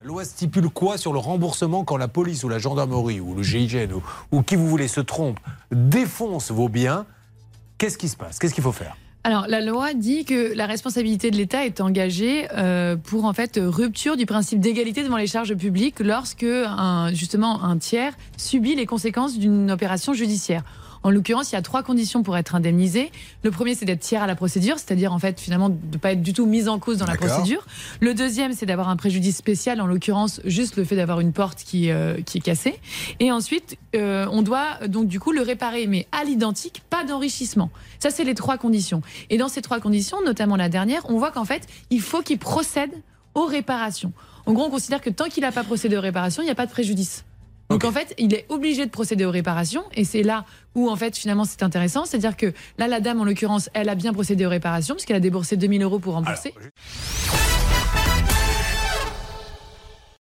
loi stipule quoi sur le remboursement quand la police ou la gendarmerie ou le GIGN ou qui vous voulez se trompe, défonce vos biens? Qu'est-ce qui se passe? Qu'est-ce qu'il faut faire? Alors, la loi dit que la responsabilité de l'État est engagée pour en fait rupture du principe d'égalité devant les charges publiques lorsque justement un tiers subit les conséquences d'une opération judiciaire. En l'occurrence, il y a 3 conditions pour être indemnisé. Le premier, c'est d'être tiers à la procédure, c'est-à-dire en fait finalement de ne pas être du tout mis en cause dans la procédure. Le deuxième, c'est d'avoir un préjudice spécial, en l'occurrence juste le fait d'avoir une porte qui est cassée. Et ensuite, on doit donc du coup le réparer, mais à l'identique, pas d'enrichissement. Ça, c'est les 3 conditions. Et dans ces 3 conditions, notamment la dernière, on voit qu'en fait, il faut qu'il procède aux réparations. En gros, on considère que tant qu'il n'a pas procédé aux réparations, il n'y a pas de préjudice. Donc en fait, il est obligé de procéder aux réparations et c'est là où en fait finalement c'est intéressant. C'est-à-dire que là, la dame en l'occurrence, elle a bien procédé aux réparations puisqu'elle a déboursé 2 000 € pour rembourser.